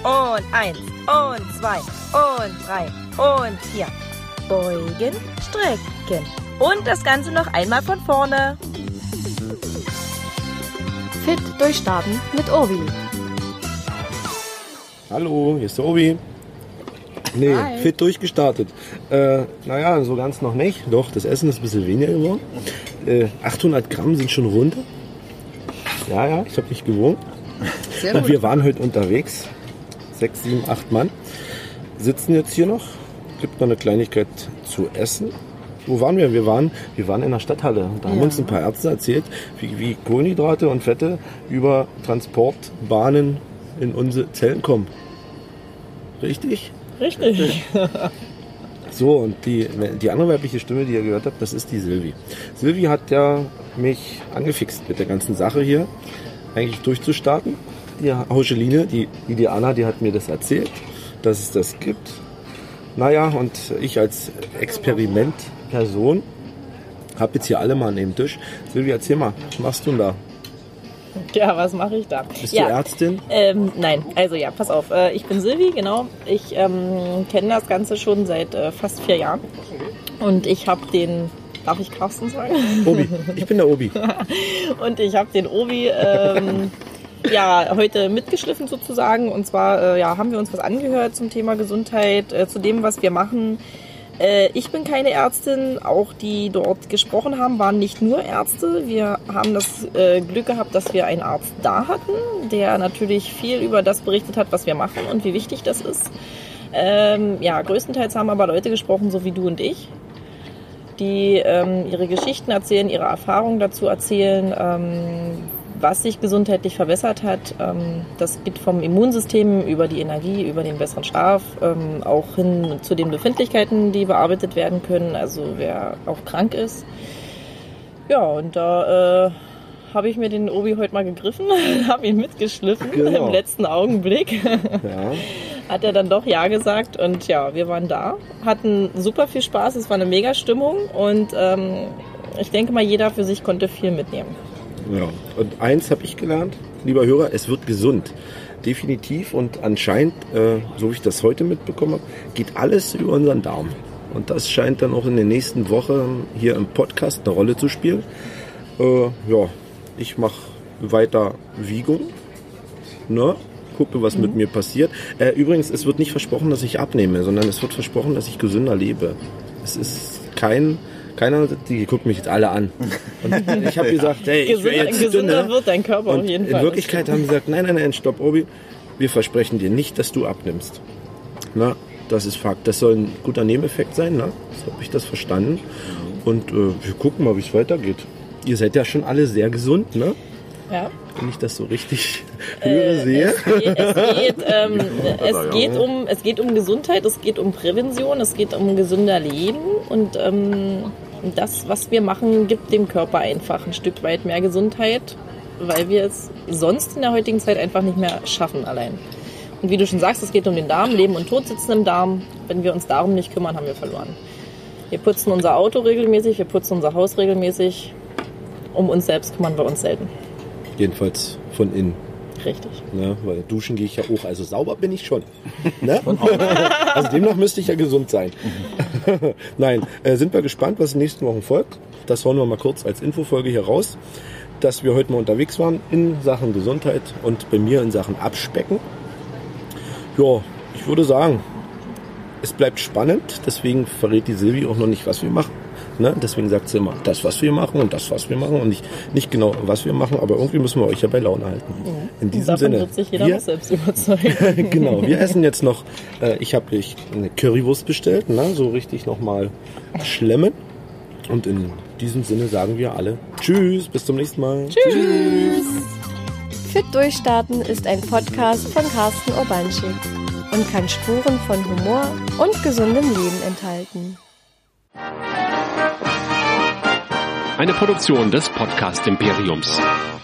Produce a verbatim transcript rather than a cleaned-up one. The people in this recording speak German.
Und eins, und zwei, und drei, und vier. Beugen, strecken. Und das Ganze noch einmal von vorne. Fit durchstarten mit Obi. Hallo, hier ist der Obi. Nee, Hi. Fit durchgestartet. Äh, naja, so ganz noch nicht. Doch, das Essen ist ein bisschen weniger geworden. Äh, achthundert Gramm sind schon runter. Ja, ja, ich habe mich gewogen. Sehr gut. Und wir waren heute unterwegs. Sechs, sieben, acht Mann. Sitzen jetzt hier noch. Gibt noch eine Kleinigkeit zu essen. Wo waren wir? Wir waren, wir waren in der Stadthalle. Da haben ja. uns ein paar Ärzte erzählt, wie, wie Kohlenhydrate und Fette über Transportbahnen in unsere Zellen kommen. Richtig? Richtig. So, und die, die andere weibliche Stimme, die ihr gehört habt, das ist die Silvi. Silvi hat ja mich angefixt mit der ganzen Sache hier, eigentlich durchzustarten. Die Hauscheline, die, die Diana, die hat mir das erzählt, dass es das gibt. Naja, und ich als Experimentperson habe jetzt hier alle mal an dem Tisch. Silvi, erzähl mal, was machst du denn da? Ja, was mache ich da? Bist ja. du Ärztin? Ähm, nein, also ja, pass auf. Äh, ich bin Silvi, genau. Ich ähm, kenne das Ganze schon seit äh, fast vier Jahren. Und ich habe den, darf ich Carsten sagen? Obi, ich bin der Obi. Und ich habe den Obi ähm, ja, heute mitgeschliffen sozusagen. Und zwar äh, ja, haben wir uns was angehört zum Thema Gesundheit, äh, zu dem, was wir machen. Ich bin keine Ärztin, auch die dort gesprochen haben, waren nicht nur Ärzte. Wir haben das äh, Glück gehabt, dass wir einen Arzt da hatten, der natürlich viel über das berichtet hat, was wir machen und wie wichtig das ist. Ähm, ja, größtenteils haben aber Leute gesprochen, so wie du und ich, die ähm, ihre Geschichten erzählen, ihre Erfahrungen dazu erzählen, ähm, was sich gesundheitlich verbessert hat. Das geht vom Immunsystem über die Energie, über den besseren Schlaf, auch hin zu den Befindlichkeiten, die bearbeitet werden können, also wer auch krank ist. Ja, und da äh, habe ich mir den Obi heute mal gegriffen, habe ihn mitgeschliffen, genau. Im letzten Augenblick. Ja. Hat er dann doch Ja gesagt und ja, wir waren da, hatten super viel Spaß, es war eine mega Stimmung und ähm, ich denke mal, jeder für sich konnte viel mitnehmen. Ja, und eins habe ich gelernt, lieber Hörer, es wird gesund. Definitiv und anscheinend, äh, so wie ich das heute mitbekommen habe, geht alles über unseren Darm. Und das scheint dann auch in der nächsten Woche hier im Podcast eine Rolle zu spielen. Äh, ja, ich mache weiter Wiegung, ne? Gucke, was mhm. mit mir passiert. Äh, übrigens, es wird nicht versprochen, dass ich abnehme, sondern es wird versprochen, dass ich gesünder lebe. Es ist kein... Keiner, die gucken mich jetzt alle an. Und ich habe gesagt, hey, ich will jetzt gesünder dünner. Wird dein Körper und auf jeden Fall. In Wirklichkeit haben sie gesagt, nein, nein, nein, stopp, Obi, wir versprechen dir nicht, dass du abnimmst. Na, das ist Fakt. Das soll ein guter Nebeneffekt sein, ne? So habe ich das verstanden. Und äh, wir gucken mal, wie es weitergeht. Ihr seid ja schon alle sehr gesund, ne? Ja. Wenn ich das so richtig höre, sehe. Es geht, es, geht, ähm, es, geht um, es geht um Gesundheit, es geht um Prävention, es geht um gesünder Leben und ähm, das, was wir machen, gibt dem Körper einfach ein Stück weit mehr Gesundheit, weil wir es sonst in der heutigen Zeit einfach nicht mehr schaffen allein. Und wie du schon sagst, es geht um den Darm, Leben und Tod sitzen im Darm. Wenn wir uns darum nicht kümmern, haben wir verloren. Wir putzen unser Auto regelmäßig, wir putzen unser Haus regelmäßig. Um uns selbst kümmern wir uns selten. Jedenfalls von innen. Richtig. Ja, weil duschen gehe ich ja auch, also sauber bin ich schon. Ne? Also demnach müsste ich ja gesund sein. Nein, äh, sind wir gespannt, was in den nächsten Wochen folgt. Das hauen wir mal kurz als Infofolge hier raus, dass wir heute mal unterwegs waren in Sachen Gesundheit und bei mir in Sachen Abspecken. Ja, ich würde sagen, es bleibt spannend, deswegen verrät die Silvi auch noch nicht, was wir machen. Ne? Deswegen sagt sie immer, das, was wir machen und das, was wir machen und nicht, nicht genau, was wir machen, aber irgendwie müssen wir euch ja bei Laune halten. Ja. In diesem Davon Sinne. wird sich jeder wir, selbst überzeugen. Genau, wir essen jetzt noch, äh, ich habe eine Currywurst bestellt, ne? So richtig nochmal schlemmen. Und in diesem Sinne sagen wir alle Tschüss, bis zum nächsten Mal. Tschüss. Tschüss. Fit durchstarten ist ein Podcast von Carsten Urbanschik und kann Spuren von Humor und gesundem Leben enthalten. Eine Produktion des Podcast Imperiums.